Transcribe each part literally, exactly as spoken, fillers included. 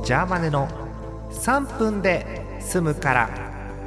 ジャーマネのさんぷんで済むから。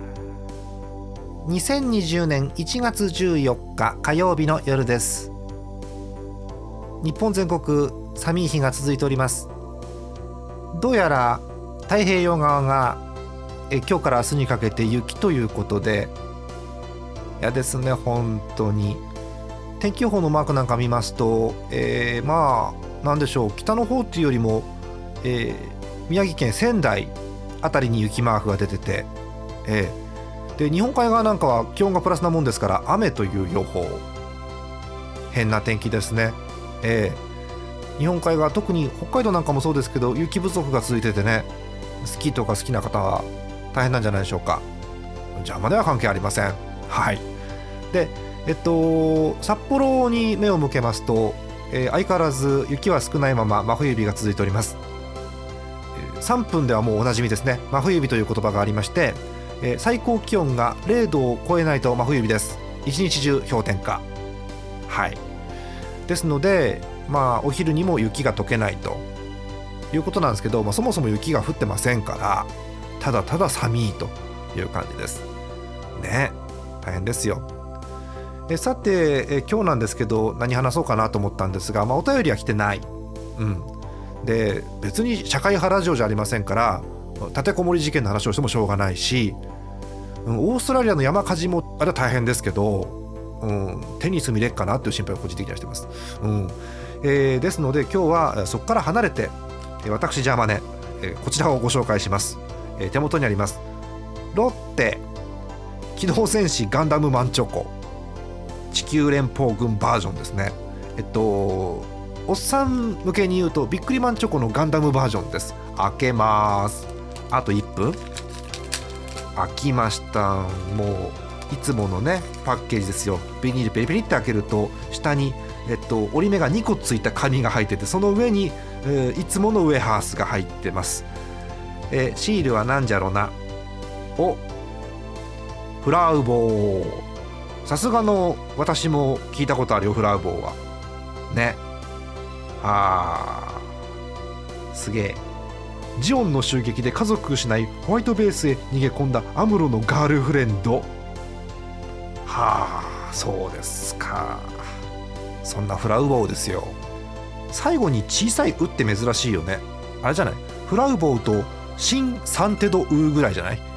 にせんにじゅうねんいちがつじゅうよっか火曜日の夜です。日本全国寒い日が続いております。どうやら太平洋側がえ今日から明日にかけて雪ということで、嫌ですね本当に。天気予報のマークなんか見ますと、えー、まあなんでしょう、北の方っていうよりも、えー、宮城県仙台あたりに雪マークが出てて、えー、で日本海側なんかは気温がプラスなもんですから雨という予報。変な天気ですね。えー、日本海側、特に北海道なんかもそうですけど雪不足が続いててね、スキーとか好きな方は大変なんじゃないでしょうか。邪魔では関係ありません。はい。でえっと札幌に目を向けますと、えー、相変わらず雪は少ないまま真冬日が続いております。えー、さんぷんではもうおなじみですね。真冬日という言葉がありまして、えー、最高気温がれいどを超えないと真冬日です。一日中氷点下。はい。ですのでまあお昼にも雪が溶けないということなんですけど、まあ、そもそも雪が降ってませんからただただ寒いという感じですね。大変ですよ。えさてえ今日なんですけど、何話そうかなと思ったんですが、まあ、お便りは来てない、うん、で別に社会派ラジオじゃありませんから立てこもり事件の話をしてもしょうがないし、うん、オーストラリアの山火事もあれは大変ですけど、うん、テニス見れっかなっていう心配を個人的にはしてます、うんえー、ですので今日はそこから離れて私ジャーマネ、えー、こちらをご紹介します、えー、手元にありますロッテ機動戦士ガンダムマンチョコ地球連邦軍バージョンですね。えっとおっさん向けに言うとビックリマンチョコのガンダムバージョンです。開けます。あといっぷん。開きました。もういつものねパッケージですよ。ビニールペリペリって開けると下に、えっと、折り目がにこついた紙が入ってて、その上に、えー、いつものウエハースが入ってます。えー、シールはなんじゃろな。おフラウボー。さすがの私も聞いたことあるよ、フラウボーはね。あーすげえ。ジオンの襲撃で家族失いホワイトベースへ逃げ込んだアムロのガールフレンド。はあそうですか。そんなフラウボーですよ。最後に小さい「う」って珍しいよね。あれじゃない、フラウボーとシン・サンテド・ウーぐらいじゃない。